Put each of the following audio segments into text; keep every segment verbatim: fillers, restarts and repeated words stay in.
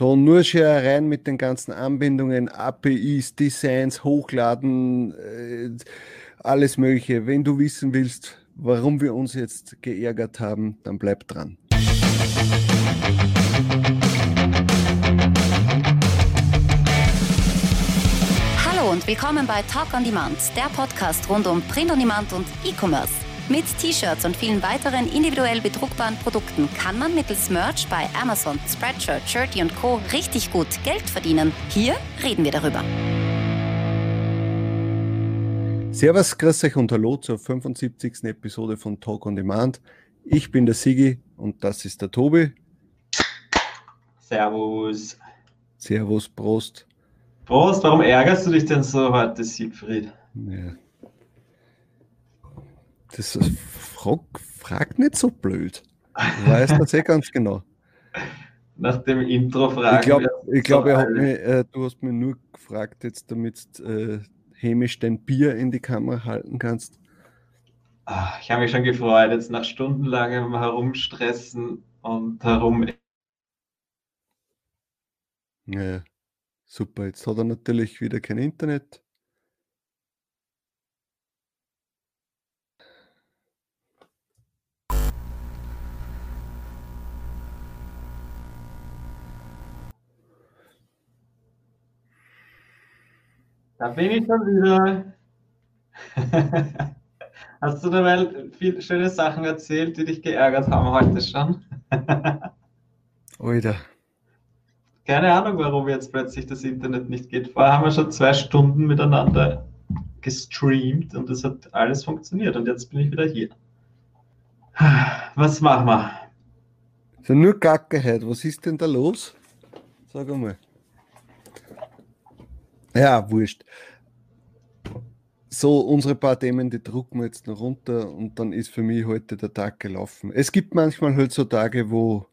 So, nur Scherereien mit den ganzen Anbindungen, A P Is, Designs, Hochladen, äh, alles Mögliche. Wenn du wissen willst, warum wir uns jetzt geärgert haben, dann bleib dran. Hallo und willkommen bei Talk on Demand, der Podcast rund um Print on Demand und E-Commerce. Mit T-Shirts und vielen weiteren individuell bedruckbaren Produkten kann man mittels Merch bei Amazon, Spreadshirt, Shirty und Co. richtig gut Geld verdienen. Hier reden wir darüber. Servus, grüß euch und hallo zur fünfundsiebzigsten Episode von Talk on Demand. Ich bin der Sigi und das ist der Tobi. Servus. Servus, Prost. Prost, warum ärgerst du dich denn so heute, Siegfried? Ja. Das frag, frag nicht so blöd. Du weißt das eh ganz genau. Nach dem Intro fragen Ich glaube, wir glaub, so äh, du hast mich nur gefragt, jetzt, damit äh, hämisch dein Bier in die Kamera halten kannst. Ach, ich habe mich schon gefreut, jetzt nach stundenlangem Herumstressen und herum. Ja, super. Jetzt hat er natürlich wieder kein Internet. Da bin ich schon wieder. Hast du der Welt viele schöne Sachen erzählt, die dich geärgert haben heute schon? Alter. Keine Ahnung, warum jetzt plötzlich das Internet nicht geht. Vorher haben wir schon zwei Stunden miteinander gestreamt und es hat alles funktioniert und jetzt bin ich wieder hier. Was machen wir? So nur Gackerheit. Was ist denn da los? Sag einmal. Ja, wurscht. So, unsere paar Themen, die drucken wir jetzt noch runter und dann ist für mich heute der Tag gelaufen. Es gibt manchmal halt so Tage, wo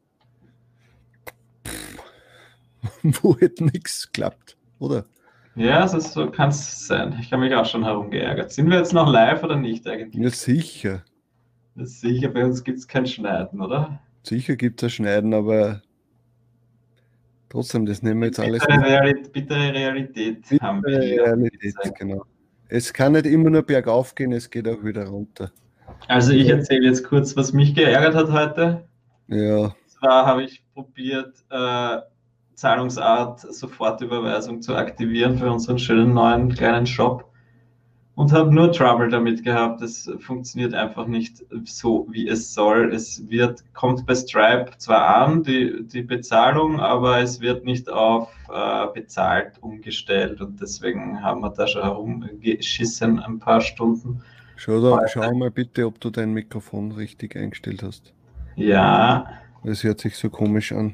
wo halt nichts klappt, oder? Ja, so, so kann es sein. Ich habe mich auch schon herumgeärgert. Sind wir jetzt noch live oder nicht eigentlich? Ja, sicher. Das ist sicher, bei uns gibt es kein Schneiden, oder? Sicher gibt es ein Schneiden, aber trotzdem, das nehmen wir jetzt alles Bittere, mit. Realität, bittere Realität Bittere haben wir hier. Realität, genau. Es kann nicht immer nur bergauf gehen, es geht auch wieder runter. Also ich erzähle jetzt kurz, was mich geärgert hat heute. Ja, Und zwar habe ich probiert, äh, Zahlungsart Sofortüberweisung zu aktivieren für unseren schönen neuen kleinen Shop und habe nur Trouble damit gehabt. Es funktioniert einfach nicht so, wie es soll. Es wird, kommt bei Stripe zwar an, die, die Bezahlung, aber es wird nicht auf äh, bezahlt umgestellt und deswegen haben wir da schon herumgeschissen ein paar Stunden. schau, da, schau mal bitte, ob du dein Mikrofon richtig eingestellt hast. Ja. Es hört sich so komisch an.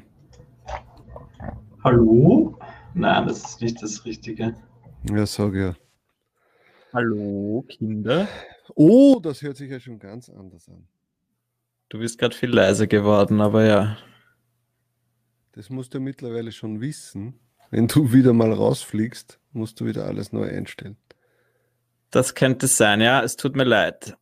Hallo? Nein, das ist nicht das Richtige. Ja, sag ja. Hallo, Kinder. Oh, das hört sich ja schon ganz anders an. Du bist gerade viel leiser geworden, aber ja. Das musst du mittlerweile schon wissen. Wenn du wieder mal rausfliegst, musst du wieder alles neu einstellen. Das könnte sein, ja. Es tut mir leid.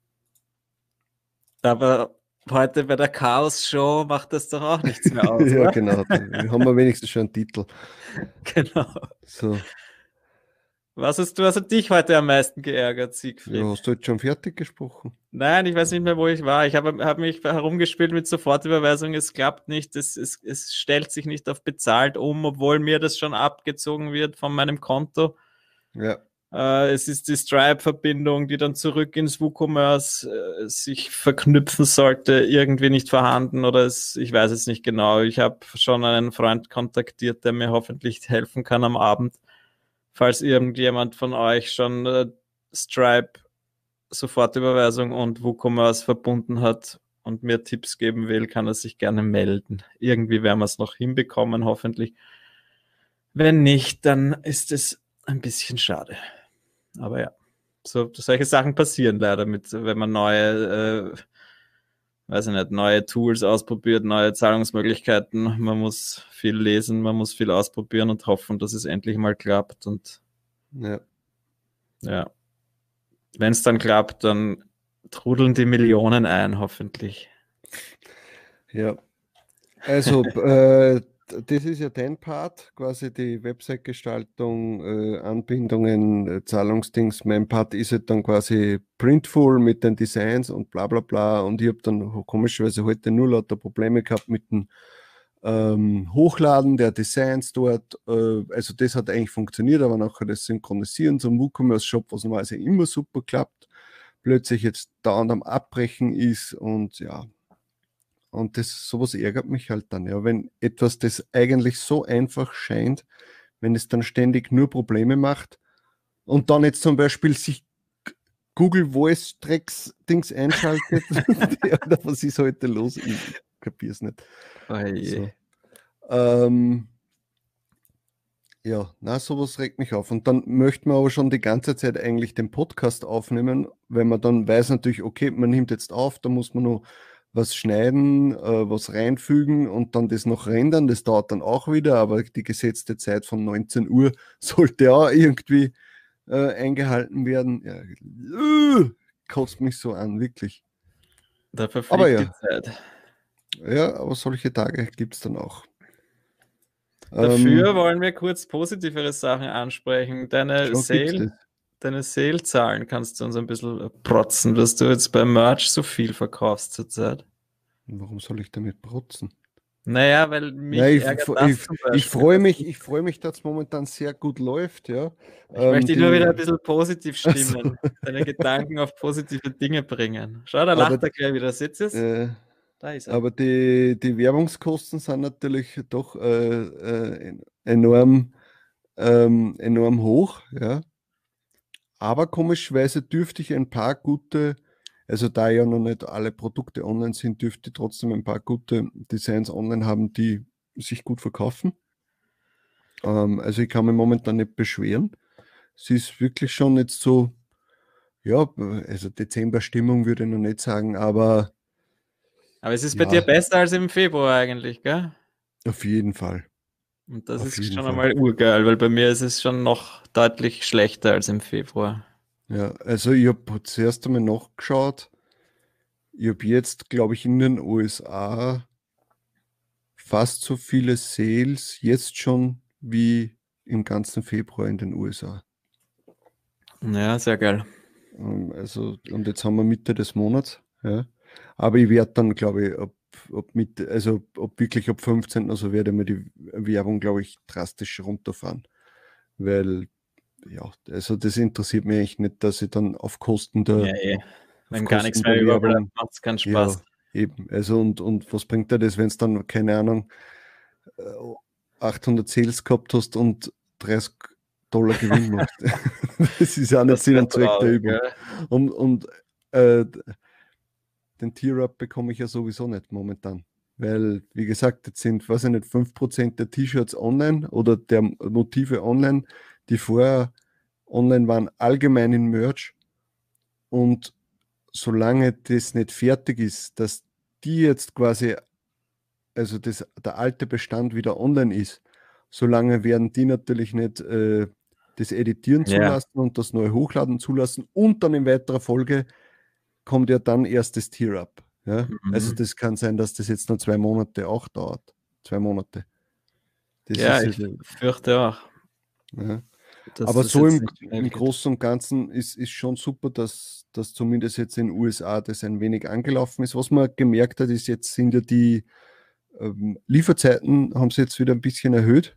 Aber heute bei der Chaos-Show macht das doch auch nichts mehr aus, Ja, oder? genau. Dann haben wir wenigstens schon einen Titel. Genau. So, Was hast du, was hat dich heute am meisten geärgert, Siegfried? ja, hast du jetzt schon fertig gesprochen? Nein, ich weiß nicht mehr, wo ich war. Ich habe hab mich herumgespielt mit Sofortüberweisung. Es klappt nicht. Es, es, es stellt sich nicht auf bezahlt um, obwohl mir das schon abgezogen wird von meinem Konto. Ja. Äh, es ist die Stripe-Verbindung, die dann zurück ins WooCommerce äh, sich verknüpfen sollte, irgendwie nicht vorhanden oder es, ich weiß es nicht genau. Ich habe schon einen Freund kontaktiert, der mir hoffentlich helfen kann am Abend. Falls irgendjemand von euch schon äh, Stripe Sofortüberweisung und WooCommerce verbunden hat und mir Tipps geben will, kann er sich gerne melden. Irgendwie werden wir es noch hinbekommen, hoffentlich. Wenn nicht, dann ist es ein bisschen schade. Aber ja, so solche Sachen passieren leider, mit, wenn man neue, äh, weiß ich nicht, neue Tools ausprobiert, neue Zahlungsmöglichkeiten. Man muss viel lesen, man muss viel ausprobieren und hoffen, dass es endlich mal klappt. Und Ja. ja, wenn es dann klappt, dann trudeln die Millionen ein, hoffentlich. Ja. Also, äh, das ist ja dein Part, quasi die Website-Gestaltung, äh, Anbindungen, äh, Zahlungsdings. Mein Part ist halt dann quasi Printful mit den Designs und bla bla bla. Und ich habe dann komischerweise heute nur lauter Probleme gehabt mit dem ähm, Hochladen der Designs dort. Äh, also das hat eigentlich funktioniert, aber nachher das Synchronisieren zum WooCommerce-Shop, was normalerweise immer super klappt, plötzlich jetzt dauernd am Abbrechen ist und ja. Und das, sowas ärgert mich halt dann, ja, wenn etwas, das eigentlich so einfach scheint, wenn es dann ständig nur Probleme macht und dann jetzt zum Beispiel sich Google Voice Tracks Dings einschaltet, ja, was ist heute los? Ich kapiere es nicht. Oh je. So. Ähm, ja, na, sowas regt mich auf. Und dann möchte man aber schon die ganze Zeit eigentlich den Podcast aufnehmen, weil man dann weiß natürlich, okay, man nimmt jetzt auf, da muss man nur was schneiden, äh, was reinfügen und dann das noch rendern. Das dauert dann auch wieder, aber die gesetzte Zeit von neunzehn Uhr sollte auch irgendwie äh, eingehalten werden. Ja, äh, kotzt mich so an, wirklich. Da verfliegt Aber ja. die Zeit. Ja, aber solche Tage gibt es dann auch. Dafür Ähm, wollen wir kurz positivere Sachen ansprechen. Deine schon gibt's Sale, das. deine Sale-Zahlen kannst du uns ein bisschen protzen, dass du jetzt beim Merch so viel verkaufst zurzeit. Warum soll ich damit protzen? Naja, weil mich Ja, ich ärgert ich, das ich, zum ich Beispiel. freue dass mich, du- ich freue mich, dass es momentan sehr gut läuft, ja. Ich möchte dich nur die- wieder ein bisschen positiv Ach so. stimmen, deine Gedanken auf positive Dinge bringen. Schau, da Aber, lacht er gleich wieder. Seht ihr es? äh, Da ist er. aber die, die Werbungskosten sind natürlich doch äh, äh, enorm, ähm, enorm hoch, ja. Aber komischerweise dürfte ich ein paar gute, also da ja noch nicht alle Produkte online sind, dürfte ich trotzdem ein paar gute Designs online haben, die sich gut verkaufen. Ähm, also ich kann mich momentan nicht beschweren. Es ist wirklich schon jetzt so, ja, also Dezember-Stimmung würde ich noch nicht sagen, aber Aber es ist bei ja, dir besser als im Februar eigentlich, gell? auf jeden Fall. Und das Auf ist jeden schon Fall. einmal urgeil, weil bei mir ist es schon noch deutlich schlechter als im Februar. Ja, also ich habe zuerst einmal nachgeschaut. Ich habe jetzt, glaube ich, in den U S A fast so viele Sales jetzt schon wie im ganzen Februar in den U S A. Ja, sehr geil. Ähm, Also, und jetzt haben wir Mitte des Monats. Ja. Aber ich werde dann, glaube ich, ab, ab Mitte, also ob wirklich ab fünfzehnten Also werde ich mir die Werbung, glaube ich, drastisch runterfahren. Weil, ja, also das interessiert mich eigentlich nicht, dass ich dann auf Kosten der, Ja, eh. auf Wenn gar nichts Kosten mehr der überbleibt, Werbung, macht es keinen ja, Spaß. eben. Also und, und was bringt dir das, wenn es dann, keine Ahnung, äh, achthundert Sales gehabt hast und dreißig Dollar Gewinn machst. Das ist ja auch nicht Das Sinn wäre und Zweck der traurig, Übung. gell? Und, und äh, den Tier-Up bekomme ich ja sowieso nicht momentan. Weil, wie gesagt, jetzt sind, weiß ich nicht, fünf Prozent der T-Shirts online oder der Motive online, die vorher online waren, allgemein in Merch. Und solange das nicht fertig ist, dass die jetzt quasi, also das, der alte Bestand wieder online ist, solange werden die natürlich nicht äh, das editieren Ja. zulassen und das neu hochladen zulassen und dann in weiterer Folge kommt ja dann erst das Tier-Up. Ja? Mhm. Also das kann sein, dass das jetzt noch zwei Monate auch dauert. Zwei Monate. Das Ja, ist ich ja, fürchte auch. ja. Dass Aber das so jetzt im, nicht schnell im geht. Großen und Ganzen ist, ist schon super, dass, dass zumindest jetzt in den U S A das ein wenig angelaufen ist. Was man gemerkt hat, ist, jetzt sind ja die ähm, Lieferzeiten, haben sie jetzt wieder ein bisschen erhöht.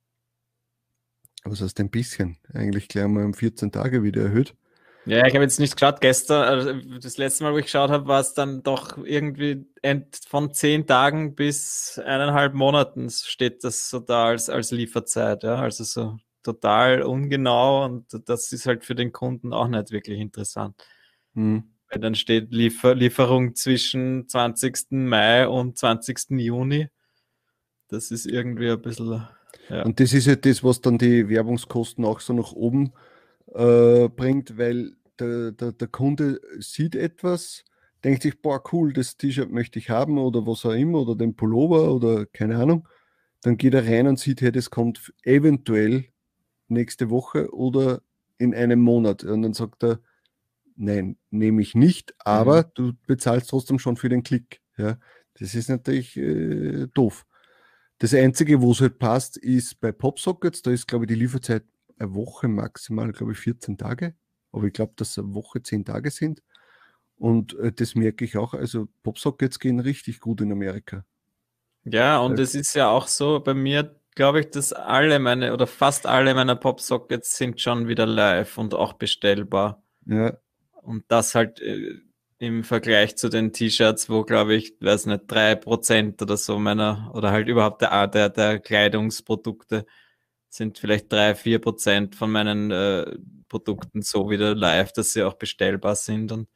Was heißt ein bisschen? Eigentlich gleich mal um vierzehn Tage wieder erhöht. Ja, ich habe jetzt nicht geschaut. Gestern, also das letzte Mal, wo ich geschaut habe, war es dann doch irgendwie end von zehn Tagen bis eineinhalb Monaten steht das so da als, als Lieferzeit. Ja? Also so total ungenau und das ist halt für den Kunden auch nicht wirklich interessant. Hm. Weil dann steht Liefer Lieferung zwischen zwanzigsten Mai und zwanzigsten Juni. Das ist irgendwie ein bisschen, ja. Und das ist ja das, was dann die Werbungskosten auch so nach oben äh, bringt, weil der, der, der Kunde sieht etwas, denkt sich, boah, cool, das T-Shirt möchte ich haben oder was auch immer oder den Pullover oder keine Ahnung. Dann geht er rein und sieht, hey, das kommt eventuell nächste Woche oder in einem Monat. Und dann sagt er, nein, nehme ich nicht, aber du bezahlst trotzdem schon für den Klick. Ja, das ist natürlich äh, doof. Das Einzige, wo es halt passt, ist bei Popsockets. Da ist, glaube ich, die Lieferzeit eine Woche maximal, glaube ich, vierzehn Tage. Aber ich glaube, dass eine Woche zehn Tage sind. Und äh, das merke ich auch. Also Popsockets gehen richtig gut in Amerika. Ja, und Äh, es ist ja auch so bei mir, glaube ich, dass alle meine oder fast alle meiner Popsockets sind schon wieder live und auch bestellbar. ja, Und das halt äh, im Vergleich zu den T-Shirts, wo, glaube ich, weiß nicht, drei Prozent oder so meiner, oder halt überhaupt der, der, der Kleidungsprodukte sind vielleicht drei, vier Prozent von meinen äh, Produkten so wieder live, dass sie auch bestellbar sind. Und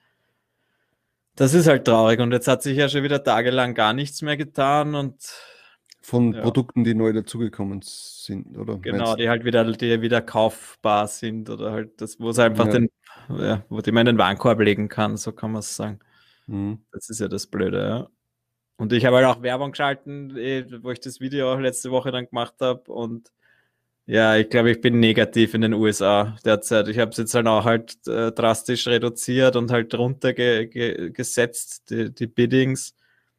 das ist halt traurig. Und jetzt hat sich ja schon wieder tagelang gar nichts mehr getan. Und von ja, Produkten, die neu dazugekommen sind, oder genau, meinst die halt wieder, die wieder kaufbar sind oder halt das, wo es du? einfach Ja. den, ja, wo die man in den Warenkorb legen kann, so kann man es sagen. Mhm. Das ist ja das Blöde, ja. Und ich habe halt auch Werbung geschalten, eh, wo ich das Video auch letzte Woche dann gemacht habe. Und ja, ich glaube, ich bin negativ in den U S A derzeit. Ich habe es jetzt halt auch halt äh, drastisch reduziert und halt runtergesetzt, ge gesetzt, die, die Biddings.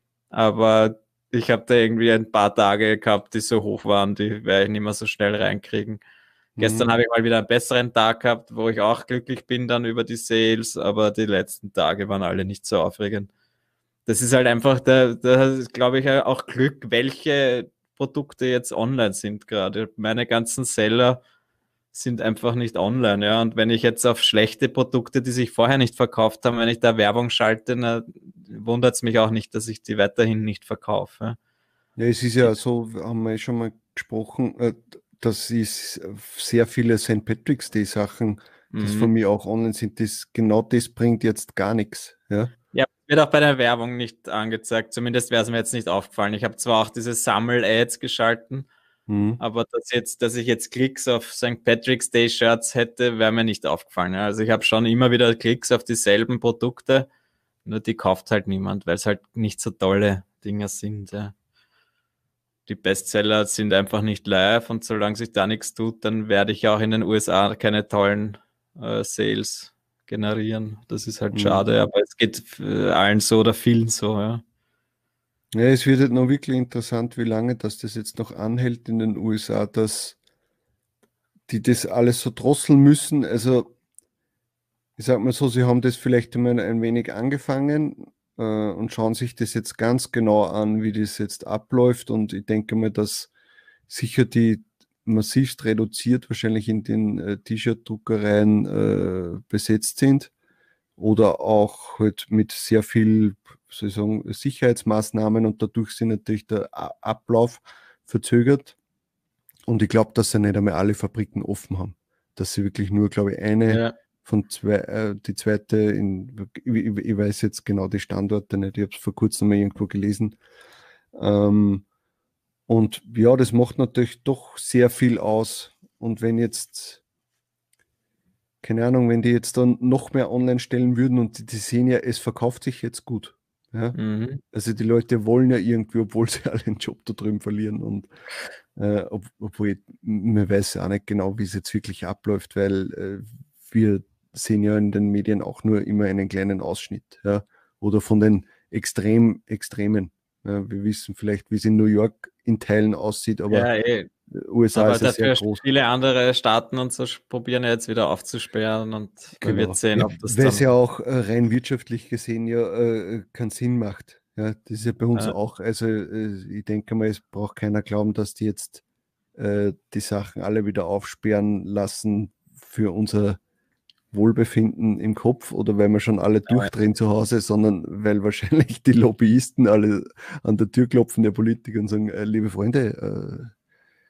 Aber ich habe da irgendwie ein paar Tage gehabt, die so hoch waren, die werde ich nicht mehr so schnell reinkriegen. Gestern Mhm. habe ich mal wieder einen besseren Tag gehabt, wo ich auch glücklich bin dann über die Sales, aber die letzten Tage waren alle nicht so aufregend. Das ist halt einfach, da, da glaube ich auch Glück, welche Produkte jetzt online sind gerade. Meine ganzen Seller sind einfach nicht online, ja. Und wenn ich jetzt auf schlechte Produkte, die sich vorher nicht verkauft haben, wenn ich da Werbung schalte, na, wundert es mich auch nicht, dass ich die weiterhin nicht verkaufe. Ja, es ist ja so, haben wir ja schon mal gesprochen, äh, dass es sehr viele Sankt Patrick's Day Sachen, das Mhm. von mir auch online sind, das, genau das bringt jetzt gar nichts. Ja, Ja, wird auch bei der Werbung nicht angezeigt. Zumindest wäre es mir jetzt nicht aufgefallen. Ich habe zwar auch diese Sammel-Ads geschalten, mhm. aber dass jetzt, dass ich jetzt Klicks auf Sankt Patrick's Day Shirts hätte, wäre mir nicht aufgefallen. Ja. Also ich habe schon immer wieder Klicks auf dieselben Produkte, nur die kauft halt niemand, weil es halt nicht so tolle Dinger sind. Ja. Die Bestseller sind einfach nicht live und solange sich da nichts tut, dann werde ich auch in den U S A keine tollen äh, Sales generieren. Das ist halt Mhm. schade, aber es geht äh, allen so oder vielen so, ja. Ja, es wird halt noch wirklich interessant, wie lange das, das jetzt noch anhält in den U S A, dass die das alles so drosseln müssen. Also, ich sag mal so, sie haben das vielleicht einmal ein wenig angefangen äh, und schauen sich das jetzt ganz genau an, wie das jetzt abläuft. Und ich denke mal, dass sicher die massivst reduziert wahrscheinlich in den äh, T-Shirt-Druckereien äh, besetzt sind oder auch halt mit sehr viel soll ich sagen, Sicherheitsmaßnahmen und dadurch sind natürlich der A- Ablauf verzögert. Und ich glaube, dass sie nicht einmal alle Fabriken offen haben. Dass sie wirklich nur, glaube ich, eine Ja, von zwei, äh, die zweite, in, ich, ich ich weiß jetzt genau die Standorte nicht, ich habe es vor kurzem mal irgendwo gelesen. Ähm, und ja, das macht natürlich doch sehr viel aus. Und wenn jetzt, keine Ahnung, wenn die jetzt dann noch mehr online stellen würden und die, die sehen ja, es verkauft sich jetzt gut. Ja? mhm. Also die Leute wollen ja irgendwie, obwohl sie alle einen Job da drüben verlieren. Und äh, ob, obwohl ich, man weiß ja auch nicht genau, wie es jetzt wirklich abläuft, weil äh, wir sehen ja in den Medien auch nur immer einen kleinen Ausschnitt. Ja? Oder von den extrem Extremen. Ja? Wir wissen vielleicht, wie es in New York in Teilen aussieht, aber Ja, eh. U S A Aber ist ja sehr dafür groß. viele andere Staaten und so probieren ja jetzt wieder aufzusperren und man wird Genau. sehen, Ja, ob das weil es ja dann. auch äh, rein wirtschaftlich gesehen ja äh, keinen Sinn macht. Ja, das ist ja bei uns Äh, auch. Also äh, ich denke mal, es braucht keiner glauben, dass die jetzt äh, die Sachen alle wieder aufsperren lassen für unser Wohlbefinden im Kopf oder weil wir schon alle durchdrehen zu Hause, sondern weil wahrscheinlich die Lobbyisten alle an der Tür klopfen der Politiker und sagen, äh, liebe Freunde, äh,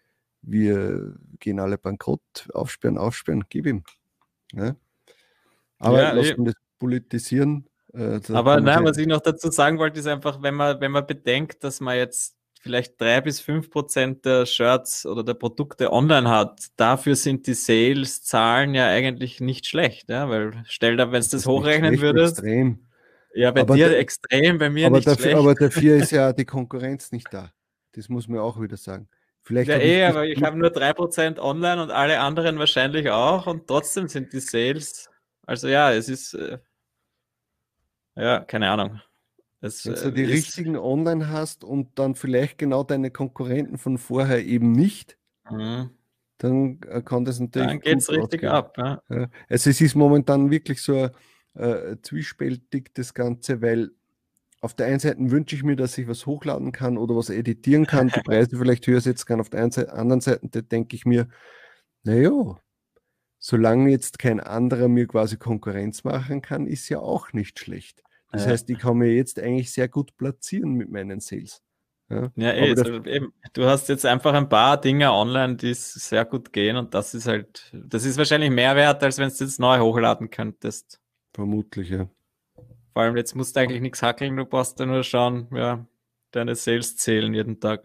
wir gehen alle bankrott, aufsperren, aufsperren, gib ihm. Ja? Aber ja, lass eh. uns das politisieren. Äh, da Aber kann man nein, sich, was ich noch dazu sagen wollte, ist einfach, wenn man, wenn man bedenkt, dass man jetzt vielleicht drei bis fünf Prozent der Shirts oder der Produkte online hat, dafür sind die Sales-Zahlen ja eigentlich nicht schlecht, ja, weil stell dir, wenn du das das ist nicht hochrechnen schlecht, würdest, extrem. ja, bei Aber, dir da- extrem, bei mir aber, nicht dafür, schlecht. aber dafür ist ja die Konkurrenz nicht da. Das muss man auch wieder sagen. Vielleicht Ja, habe ich eh, das aber ich Glück. habe nur drei Prozent online und alle anderen wahrscheinlich auch und trotzdem sind die Sales, also ja, es ist, äh, ja, keine Ahnung. Es Wenn du äh, die ist, richtigen online hast und dann vielleicht genau deine Konkurrenten von vorher eben nicht, mh, dann äh, kann das dann natürlich geht's gut richtig ausgehen. ab. Ja. Ja. Also es ist momentan wirklich so äh, zwiespältig das Ganze, weil auf der einen Seite wünsche ich mir, dass ich was hochladen kann oder was editieren kann, die Preise vielleicht höher setzen kann. Auf der einen Seite, anderen Seite da denke ich mir, naja, solange jetzt kein anderer mir quasi Konkurrenz machen kann, ist ja auch nicht schlecht. Das Ja. heißt, ich kann mir jetzt eigentlich sehr gut platzieren mit meinen Sales. Ja, Ja, eh, aber das, also eben, du hast jetzt einfach ein paar Dinge online, die s- sehr gut gehen und das ist halt, das ist wahrscheinlich mehr wert, als wenn du jetzt neu hochladen könntest. vermutlich, ja. Vor allem jetzt musst du eigentlich nichts hackeln, du brauchst ja nur schauen, ja, deine Sales zählen jeden Tag.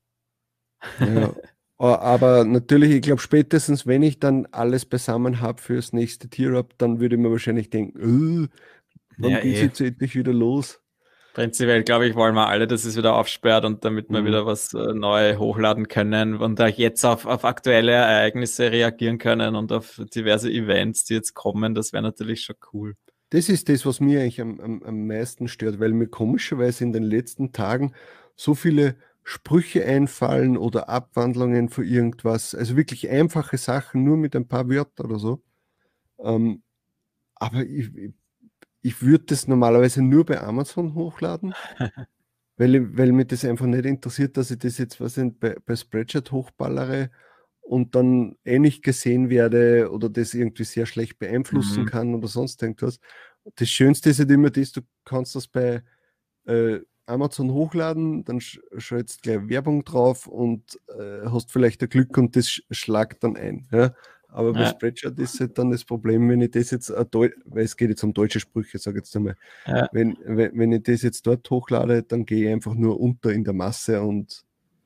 Ja, a- aber natürlich, ich glaube, spätestens, wenn ich dann alles beisammen habe fürs nächste Tier-Up, dann würde ich mir wahrscheinlich denken, äh, wann Ja, geht es eh. jetzt endlich wieder los? Prinzipiell, glaube ich, wollen wir alle, dass es wieder aufsperrt und damit wir Mhm. wieder was äh, neu hochladen können und auch jetzt auf, auf aktuelle Ereignisse reagieren können und auf diverse Events, die jetzt kommen. Das wäre natürlich schon cool. Das ist das, was mir eigentlich am, am, am meisten stört, weil mir komischerweise in den letzten Tagen so viele Sprüche einfallen oder Abwandlungen für irgendwas, also wirklich einfache Sachen, nur mit ein paar Wörtern oder so. Ähm, aber ich, ich, ich würde das normalerweise nur bei Amazon hochladen. Weil, ich- weil mich das einfach nicht interessiert, dass ich das jetzt, was ich, bei, bei Spreadshirt hochballere und dann eh nicht gesehen werde oder das irgendwie sehr schlecht beeinflussen Mhm. kann oder sonst irgendwas. Das Schönste ist halt immer das, du kannst das bei äh, Amazon hochladen, dann sch schaltest gleich Werbung drauf und äh, hast vielleicht ein Glück und das sch schlagt dann ein. Ja? Aber bei Ja, Spreadshirt ist halt dann das Problem, wenn ich das jetzt, äh, Deu- weil es geht jetzt um deutsche Sprüche, sage ich jetzt einmal, ja. wenn, wenn, wenn ich das jetzt dort hochlade, dann gehe ich einfach nur unter in der Masse und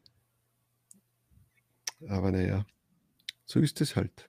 aber naja, so ist es halt.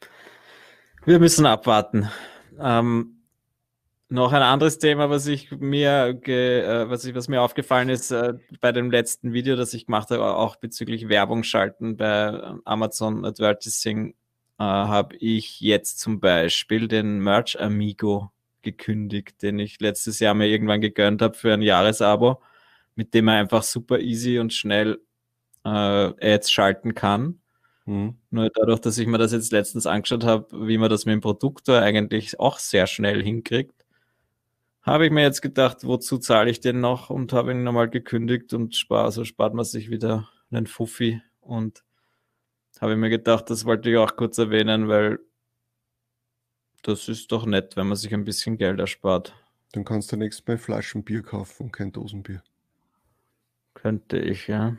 Wir müssen abwarten. Ähm, noch ein anderes Thema, was ich mir, ge, äh, was ich, was mir aufgefallen ist äh, bei dem letzten Video, das ich gemacht habe, auch bezüglich Werbung schalten bei Amazon Advertising, äh, habe ich jetzt zum Beispiel den Merch Amigo gekündigt, den ich letztes Jahr mir irgendwann gegönnt habe für ein Jahresabo, mit dem man einfach super easy und schnell äh, Ads schalten kann. Mhm. Nur dadurch, dass ich mir das jetzt letztens angeschaut habe, wie man das mit dem Produktor eigentlich auch sehr schnell hinkriegt, habe ich mir jetzt gedacht, wozu zahle ich den noch und habe ihn nochmal gekündigt und spar, so spart man sich wieder einen Fuffi und habe ich mir gedacht, das wollte ich auch kurz erwähnen, weil das ist doch nett, wenn man sich ein bisschen Geld erspart. Dann kannst du nächstes Mal Flaschen Bier kaufen und kein Dosenbier, Könnte ich, ja.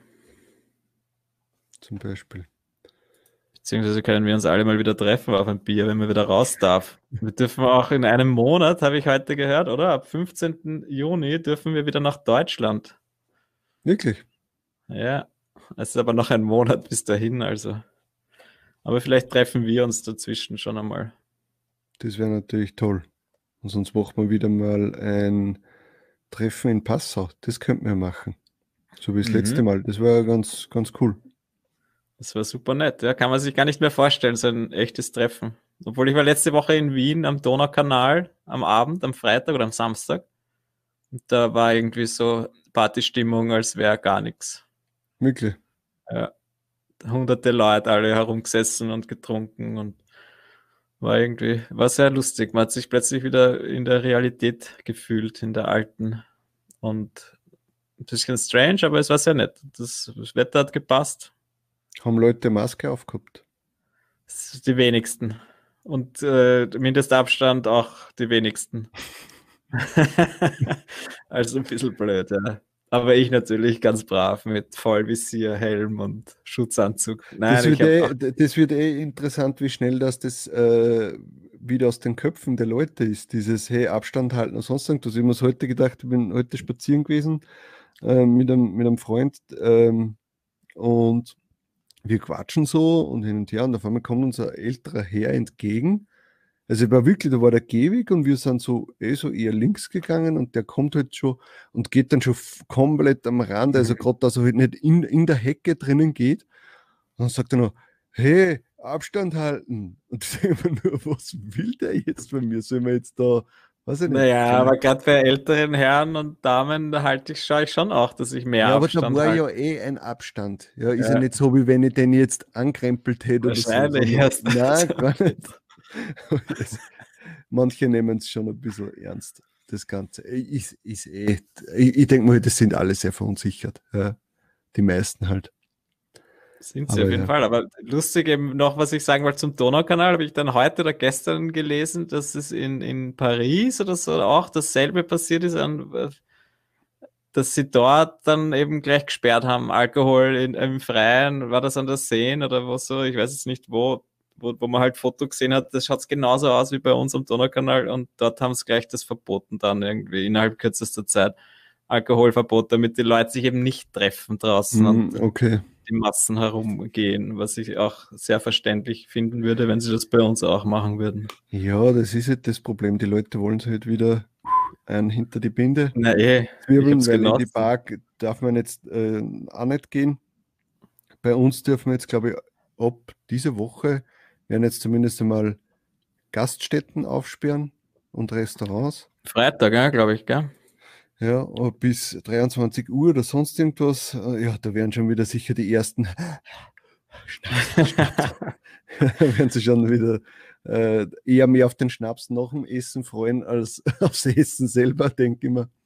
zum Beispiel. Beziehungsweise können wir uns alle mal wieder treffen auf ein Bier, wenn man wieder raus darf. Wir dürfen auch in einem Monat, habe ich heute gehört, oder? Ab fünfzehnten Juni dürfen wir wieder nach Deutschland. Wirklich? Ja, es ist aber noch ein Monat bis dahin, also. Aber vielleicht treffen wir uns dazwischen schon einmal. Das wäre natürlich toll. Und sonst machen wir wieder mal ein Treffen in Passau. Das könnten wir machen. So wie das letzte Mhm. Mal. Das war ganz, ganz cool. Das war super nett. Ja, kann man sich gar nicht mehr vorstellen, so ein echtes Treffen. Obwohl ich war letzte Woche in Wien am Donaukanal am Abend, am Freitag oder am Samstag. Und da war irgendwie so Partystimmung, als wäre gar nichts. Wirklich. Ja, hunderte Leute alle herumgesessen und getrunken und war irgendwie, war sehr lustig. Man hat sich plötzlich wieder in der Realität gefühlt, in der alten. Und ein bisschen strange, aber es war sehr nett. Das, das Wetter hat gepasst. Haben Leute Maske aufgehabt? Das ist die wenigsten. Und äh, Mindestabstand auch die wenigsten. Also ein bisschen blöd, ja. Aber ich natürlich ganz brav mit Vollvisier, Helm und Schutzanzug. Das Nein, ich wird habe auch. eh, das wird eh interessant, wie schnell das, das äh, wieder aus den Köpfen der Leute ist. Dieses, hey, Abstand halten und sonst irgendwas. Ich habe mir heute gedacht, ich bin heute spazieren gewesen äh, mit einem, mit einem Freund ähm, und wir quatschen so und hin und her und auf einmal kommt uns ein älterer Herr entgegen. Also er war wirklich, da war der Gehweg und wir sind so eh so eher links gegangen und der kommt halt schon und geht dann schon f- komplett am Rand, also Mhm. gerade, dass er halt nicht in, in der Hecke drinnen geht. Und dann sagt er noch, hey, Abstand halten. Und ich denke mir nur, was will der jetzt von mir? Sollen wir jetzt da, Weiß ich nicht. Naja, aber gerade bei älteren Herren und Damen, da halte ich, schaue ich schon auch, dass ich mehr Ja, aber da Abstand war halte. ja eh ein Abstand. Ja, ist ja, Ja. nicht so, wie wenn ich den jetzt ankrempelt hätte oder so. Wahrscheinlich sondern- erst. Nein, gar nicht. Das, manche nehmen es schon ein bisschen ernst, das Ganze. Ist, ist eh, ich, ich denke mal, das sind alle sehr verunsichert. Ja, die meisten halt. Sind sie Aber auf jeden ja. Fall. Aber lustig eben noch, was ich sagen wollte zum Donaukanal, habe ich dann heute oder gestern gelesen, dass es in, in Paris oder so auch dasselbe passiert ist, an, dass sie dort dann eben gleich gesperrt haben, Alkohol in, im Freien, war das an der Seine oder wo so, ich weiß jetzt nicht wo, wo, wo man halt Foto gesehen hat, das schaut genauso aus wie bei uns am Donaukanal und dort haben sie gleich das verboten dann irgendwie innerhalb kürzester Zeit. Alkoholverbot, damit die Leute sich eben nicht treffen draußen Mhm, und okay. die Massen herumgehen, was ich auch sehr verständlich finden würde, wenn sie das bei uns auch machen würden. Ja, das ist halt das Problem. Die Leute wollen sich halt wieder ein hinter die Binde Na eh, ich zwirbeln, hab's weil in die genossen. Park darf man jetzt äh, auch nicht gehen. Bei uns dürfen wir jetzt, glaube ich, ab diese Woche werden jetzt zumindest einmal Gaststätten aufsperren und Restaurants. Freitag, ja, glaube ich, gell? Ja, und bis dreiundzwanzig Uhr oder sonst irgendwas. äh, Ja, da werden schon wieder sicher die ersten Schnaps, Schnaps. werden sie schon wieder äh, eher mehr auf den Schnaps nach dem Essen freuen als aufs Essen selber, denke ich mir.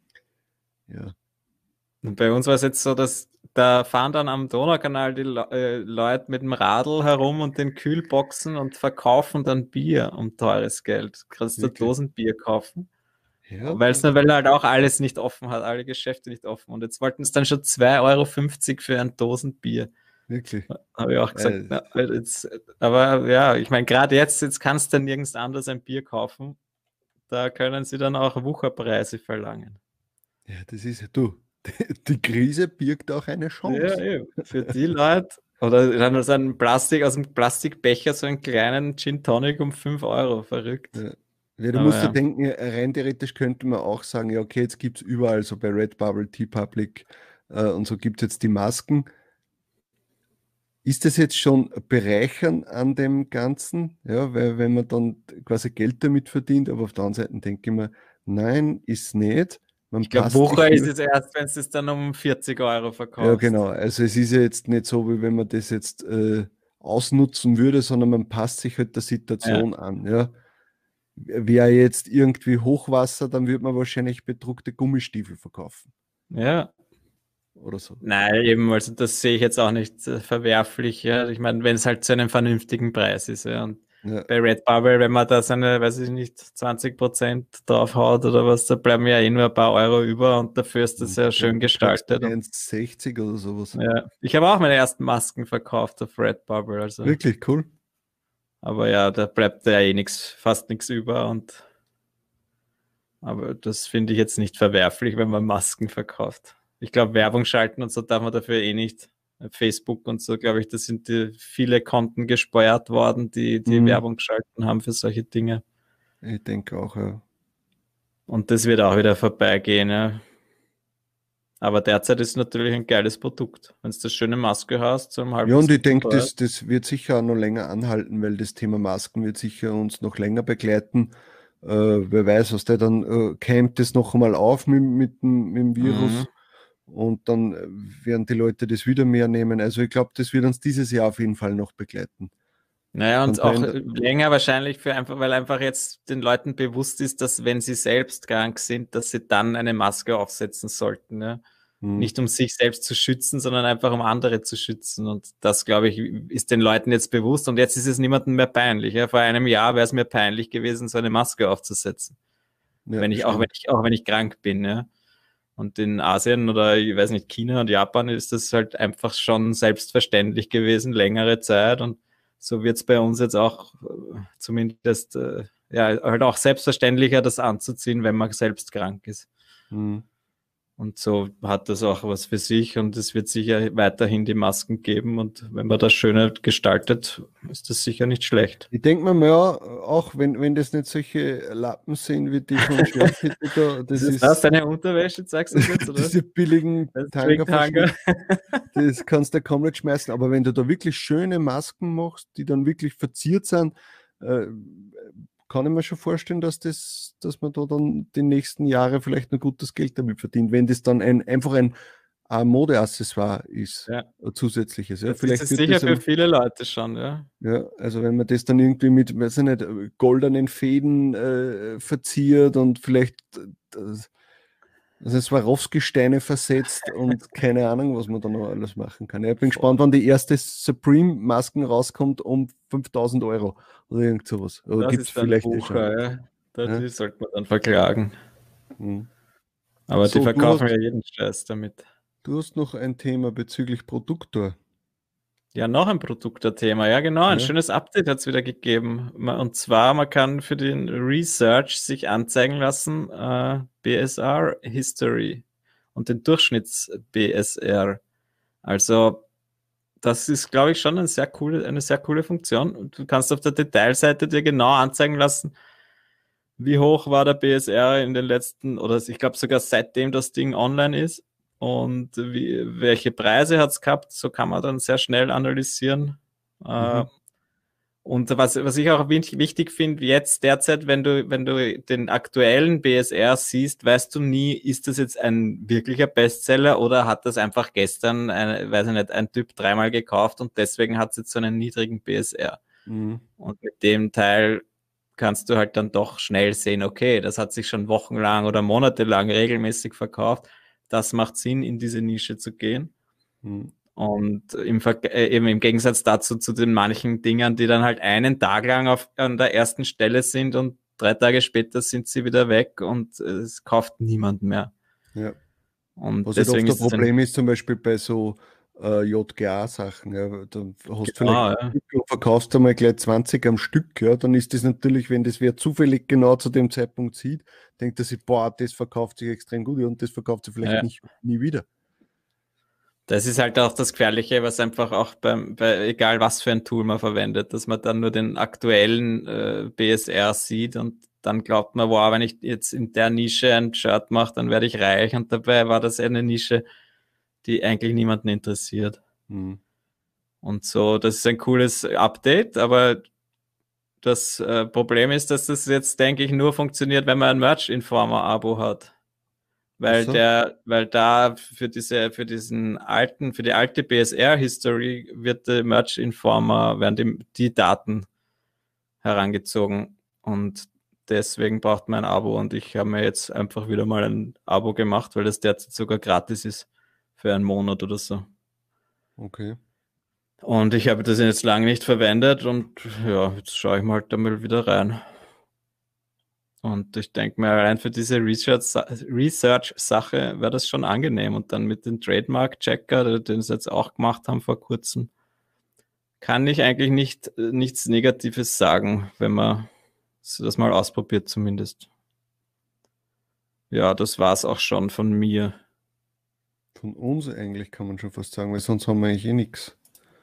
Ja. Und bei uns war es jetzt so, dass da fahren dann am Donaukanal die Le äh, Leute mit dem Radl herum und den Kühlboxen und verkaufen dann Bier um teures Geld. Du kannst da Wirklich? Dosenbier kaufen. Ja, Weil es weil halt auch alles nicht offen hat, alle Geschäfte nicht offen. Und jetzt wollten es dann schon zwei Euro fünfzig für ein Dosenbier. wirklich. Habe ich auch gesagt, Äh, na, jetzt, aber ja, ich meine, gerade jetzt, jetzt kannst du dann nirgends anders ein Bier kaufen. Da können sie dann auch Wucherpreise verlangen. Ja, das ist du. Die, die Krise birgt auch eine Ja, Chance. eben. Für die Leute. Oder dann so ein Plastik, aus dem Plastikbecher, so einen kleinen Gin Tonic um fünf Euro. Verrückt. Ja. Ja, du Aber musst ja ja. denken, rein theoretisch könnte man auch sagen, ja, okay, jetzt gibt es überall, so bei Redbubble, T-Public äh, und so gibt es jetzt die Masken. Ist das jetzt schon bereichern an dem Ganzen? Ja, weil wenn man dann quasi Geld damit verdient, aber auf der anderen Seite denke ich mir, nein, ist nicht. Man Ich glaube, passt Wucher sich ist nur- es erst, wenn du es dann um vierzig Euro Ja, verkaufst. genau. Also es ist ja jetzt nicht so, wie wenn man das jetzt äh, ausnutzen würde, sondern man passt sich halt der Situation an. Ja. Wäre jetzt irgendwie Hochwasser, dann würde man wahrscheinlich bedruckte Gummistiefel verkaufen Ja. oder so. Nein, eben, also das sehe ich jetzt auch nicht äh, verwerflich. Ja. Ich meine, wenn es halt zu einem vernünftigen Preis ist. Ja. Und Ja. bei Redbubble, wenn man da seine, weiß ich nicht, zwanzig Prozent draufhaut oder was, da bleiben ja eh nur ein paar Euro über und dafür ist das ja schön gestaltet. Und, eins sechzig oder sowas. ja. Ich habe auch meine ersten Masken verkauft auf Redbubble. Also. Wirklich cool. Aber ja, da bleibt ja eh nichts, fast nichts über und aber das finde ich jetzt nicht verwerflich, wenn man Masken verkauft. Ich glaube, Werbung schalten und so darf man dafür eh nicht. Facebook und so, glaube ich, da sind die viele Konten gesperrt worden, die die Mhm. Werbung geschalten haben für solche Dinge. Ich denke auch, ja. Und das wird auch wieder vorbeigehen, ja. Aber derzeit ist natürlich ein geiles Produkt. Wenn du das schöne Maske hast, so im Ja, und ich denke, Halbwissen- das, das wird sicher auch noch länger anhalten, weil das Thema Masken wird sicher uns noch länger begleiten. Äh, wer weiß, was der dann äh, kämmt das noch einmal auf mit, mit, dem, mit dem Virus Mhm. und dann äh, werden die Leute das wieder mehr nehmen. Also ich glaube, das wird uns dieses Jahr auf jeden Fall noch begleiten. Naja, und Und auch wenn- länger wahrscheinlich für einfach, weil einfach jetzt den Leuten bewusst ist, dass wenn sie selbst krank sind, dass sie dann eine Maske aufsetzen sollten. Ja? Hm. Nicht um sich selbst zu schützen, sondern einfach um andere zu schützen. Und das, glaube ich, ist den Leuten jetzt bewusst. Und jetzt ist es niemandem mehr peinlich. Ja? Vor einem Jahr wäre es mir peinlich gewesen, so eine Maske aufzusetzen. Ja, wenn ich, auch wenn stimmt. ich, auch wenn ich krank bin. Ja? Und in Asien oder ich weiß nicht, China und Japan ist das halt einfach schon selbstverständlich gewesen, längere Zeit. Und so wird es bei uns jetzt auch äh, zumindest äh, ja, halt auch selbstverständlicher, das anzuziehen, wenn man selbst krank ist. Hm. Und so hat das auch was für sich und es wird sicher weiterhin die Masken geben und wenn man das schöner gestaltet, ist das sicher nicht schlecht. Ich denke mir mal, ja, auch wenn, wenn das nicht solche Lappen sind wie die von Schwerthitte da, das ist ist das deine Unterwäsche, sagst du das jetzt, oder? diese billigen Das Tanga, Tanga. das kannst du kaum nicht schmeißen. Aber wenn du da wirklich schöne Masken machst, die dann wirklich verziert sind, äh, kann ich mir schon vorstellen, dass das, dass man da dann die nächsten Jahre vielleicht noch gutes Geld damit verdient, wenn das dann ein, einfach ein, ein Modeaccessoire ist, Ja. ein zusätzliches. Ja. Das Vielleicht ist es wird sicher das für am- viele Leute schon, ja. ja, also wenn man das dann irgendwie mit, weiß ich nicht, goldenen Fäden äh, verziert und vielleicht äh, das, also Swarovski-Steine versetzt und keine Ahnung, was man da noch alles machen kann. Ich bin gespannt, wann die erste Supreme-Masken rauskommt um fünftausend Euro oder irgend sowas. Oder Das gibt es ist ein vielleicht eh schon. Bucher, ja. Da, Ja. Die sollte man dann verklagen. Mhm. Aber So, die du verkaufen hast- ja jeden Scheiß damit. Du hast noch ein Thema bezüglich Produktor. Ja, noch ein Produkterthema. Ja, genau. Ein Ja. schönes Update hat es wieder gegeben. Ma- Und zwar, man kann für den Research sich anzeigen lassen, äh, B S R History und den Durchschnitts-B S R. Also, das ist, glaube ich, schon eine sehr coole, eine sehr coole Funktion. Und du kannst auf der Detailseite dir genau anzeigen lassen, wie hoch war der B S R in den letzten, oder ich glaube sogar seitdem das Ding online ist. Und wie, welche Preise hat es gehabt, so kann man dann sehr schnell analysieren. Äh, Mhm. und was, was ich auch wich- wichtig finde, jetzt derzeit, wenn du, wenn du den aktuellen B S R siehst, weißt du nie, ist das jetzt ein wirklicher Bestseller oder hat das einfach gestern, ein, weiß ich nicht, ein Typ dreimal gekauft und deswegen hat es jetzt so einen niedrigen B S R. Mhm. Und mit dem Teil kannst du halt dann doch schnell sehen, okay, das hat sich schon wochenlang oder monatelang regelmäßig verkauft. Das macht Sinn, in diese Nische zu gehen. Mhm. Und im, Ver äh, eben im Gegensatz dazu zu den manchen Dingern, die dann halt einen Tag lang auf, an der ersten Stelle sind und drei Tage später sind sie wieder weg und äh, es kauft niemand mehr. Ja. Und Was halt deswegen oft ist ein es ein, Problem ist, zum Beispiel bei so äh, J G A-Sachen. Ja. Da hast du Genau, vielleicht ja. du verkaufst einmal gleich zwanzig am Stück. Ja. Dann ist das natürlich, wenn das wer zufällig genau zu dem Zeitpunkt sieht, denkt er sich, boah, das verkauft sich extrem gut und das verkauft sich vielleicht Ja. nicht, nie wieder. Das ist halt auch das Gefährliche, was einfach auch beim, bei, egal was für ein Tool man verwendet, dass man dann nur den aktuellen äh, B S R sieht und dann glaubt man, wow, wenn ich jetzt in der Nische ein Shirt mache, dann werde ich reich und dabei war das eine Nische, die eigentlich niemanden interessiert. Mhm. Und so, das ist ein cooles Update, aber das äh, Problem ist, dass das jetzt, denke ich, nur funktioniert, wenn man ein Merch-Informer-Abo hat. Weil Ach so. der, weil da für diese, für diesen alten, für die alte B S R-History wird der Merch Informer, werden die, die Daten herangezogen und deswegen braucht man ein Abo und ich habe mir jetzt einfach wieder mal ein Abo gemacht, weil das derzeit sogar gratis ist für einen Monat oder so. Okay. Und ich habe das jetzt lange nicht verwendet und ja, jetzt schaue ich mal halt da mal wieder rein. Und ich denke mir, allein für diese Research- Research-Sache wäre das schon angenehm. Und dann mit dem Trademark-Checker, den sie jetzt auch gemacht haben vor kurzem, kann ich eigentlich nicht, äh, nichts Negatives sagen, wenn man so das mal ausprobiert zumindest. Ja, das war's auch schon von mir. Von uns eigentlich kann man schon fast sagen, weil sonst haben wir eigentlich eh nichts.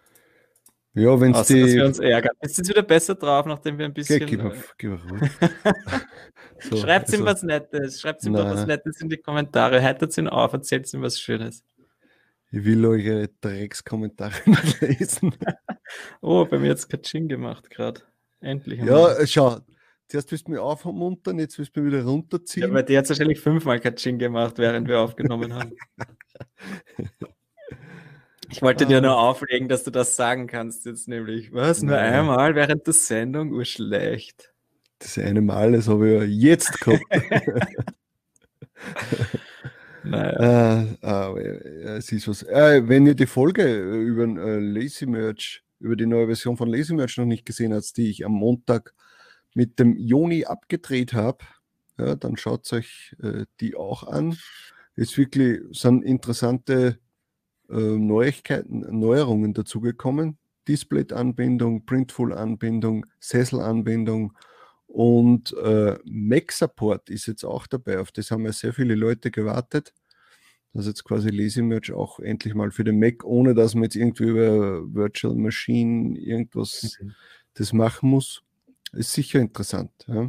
Ja, wenn es Außer, dass wir die. uns ärgern. Jetzt sind wir wieder besser drauf, nachdem wir ein Geh, bisschen... gib äh, mir, gib mir ruhig. So, Schreibt ihm also, was Nettes, schreibt ihm doch was nein, Nettes in die Kommentare, heitert ihn auf, erzählt ihm was Schönes. ich will eure Dreckskommentare nicht lesen. Oh, bei mir hat's Katsching gemacht gerade. Endlich einmal. Ja, äh, schau. Zuerst willst du mich aufmuntern, jetzt willst du mich wieder Ja, runterziehen. bei dir hat's wahrscheinlich fünfmal Katsching gemacht, während wir aufgenommen haben. Ich wollte dir nur Ah, auflegen, dass du das sagen kannst jetzt nämlich. Was? Nur nein, einmal während der Sendung? Urschlecht. das eine Mal, das habe ich ja jetzt gehabt. Naja. Äh, aber, äh, es ist was. Äh, wenn ihr die Folge äh, über äh, Lazy Merch, über die neue Version von Lazy Merch noch nicht gesehen habt, die ich am Montag mit dem Joni abgedreht habe, ja, dann schaut euch äh, die auch an. Ist wirklich, sind interessante äh, Neuigkeiten, Neuerungen dazugekommen. Display-Anbindung, Printful-Anbindung, Sessel-Anbindung und äh, Mac-Support ist jetzt auch dabei. Auf das haben ja sehr viele Leute gewartet, dass jetzt quasi Lazy Merch auch endlich mal für den Mac, ohne dass man jetzt irgendwie über Virtual Machine irgendwas Mhm. das machen muss, ist sicher interessant. Ja.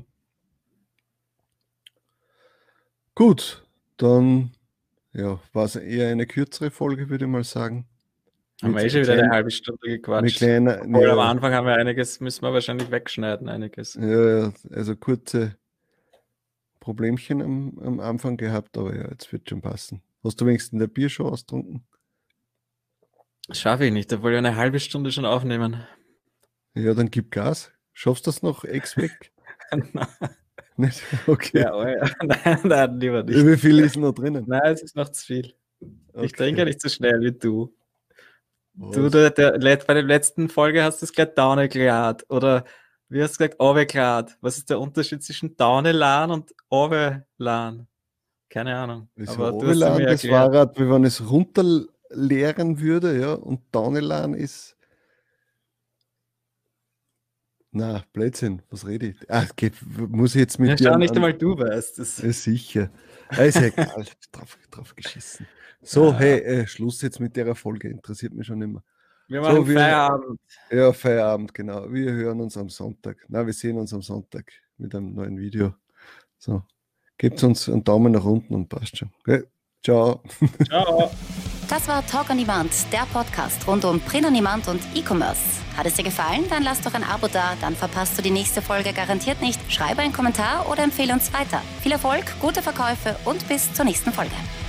Gut, dann ja, war es eher eine kürzere Folge, würde ich mal sagen. Haben wir eh schon wieder eine halbe Stunde gequatscht. Kleiner, Obwohl ja, am Anfang haben wir einiges, müssen wir wahrscheinlich wegschneiden, einiges. ja, also kurze Problemchen am, am Anfang gehabt, aber ja, jetzt wird schon passen. Hast du wenigstens der Bier schon austrunken? Das schaffe ich nicht, da wollte ich eine halbe Stunde schon aufnehmen. Ja, dann gib Gas. Schaffst du das noch ex weg? Nein. Nicht? Okay. Ja, oh ja. Nein, nein, lieber nicht. Wie viel ist noch drinnen? Nein, es ist noch zu viel. Okay. Ich trinke nicht so schnell wie du. Was? Du, der, der, bei der letzten Folge hast du es gleich Daune gelad. Oder wie hast du gesagt, Ove gelad. Was ist der Unterschied zwischen Daune-Lan und Ove-Lan? Keine Ahnung. Also Aber du hast Ovelan, mir das erklärt. Fahrrad, wie wenn es runterleeren würde, ja, und Daunelan ist. Na, Blödsinn, was rede ich? Ah, geht, muss ich jetzt mit Ja, dir. schau, an- nicht an- einmal du weißt es. Ja, sicher. Ah, ist ja egal, drauf, drauf geschissen. So, Ja. hey, äh, Schluss jetzt mit der Folge, interessiert mich schon immer. Wir So, machen wir- Feierabend. Ja, Feierabend, genau. Wir hören uns am Sonntag. Na, wir sehen uns am Sonntag mit einem neuen Video. So, gebt uns einen Daumen nach unten und passt schon. Okay? Ciao. Ciao. Das war Talk on Demand, der Podcast rund um Print on Demand und E-Commerce. Hat es dir gefallen? Dann lass doch ein Abo da, dann verpasst du die nächste Folge garantiert nicht. Schreibe einen Kommentar oder empfehle uns weiter. Viel Erfolg, gute Verkäufe und bis zur nächsten Folge.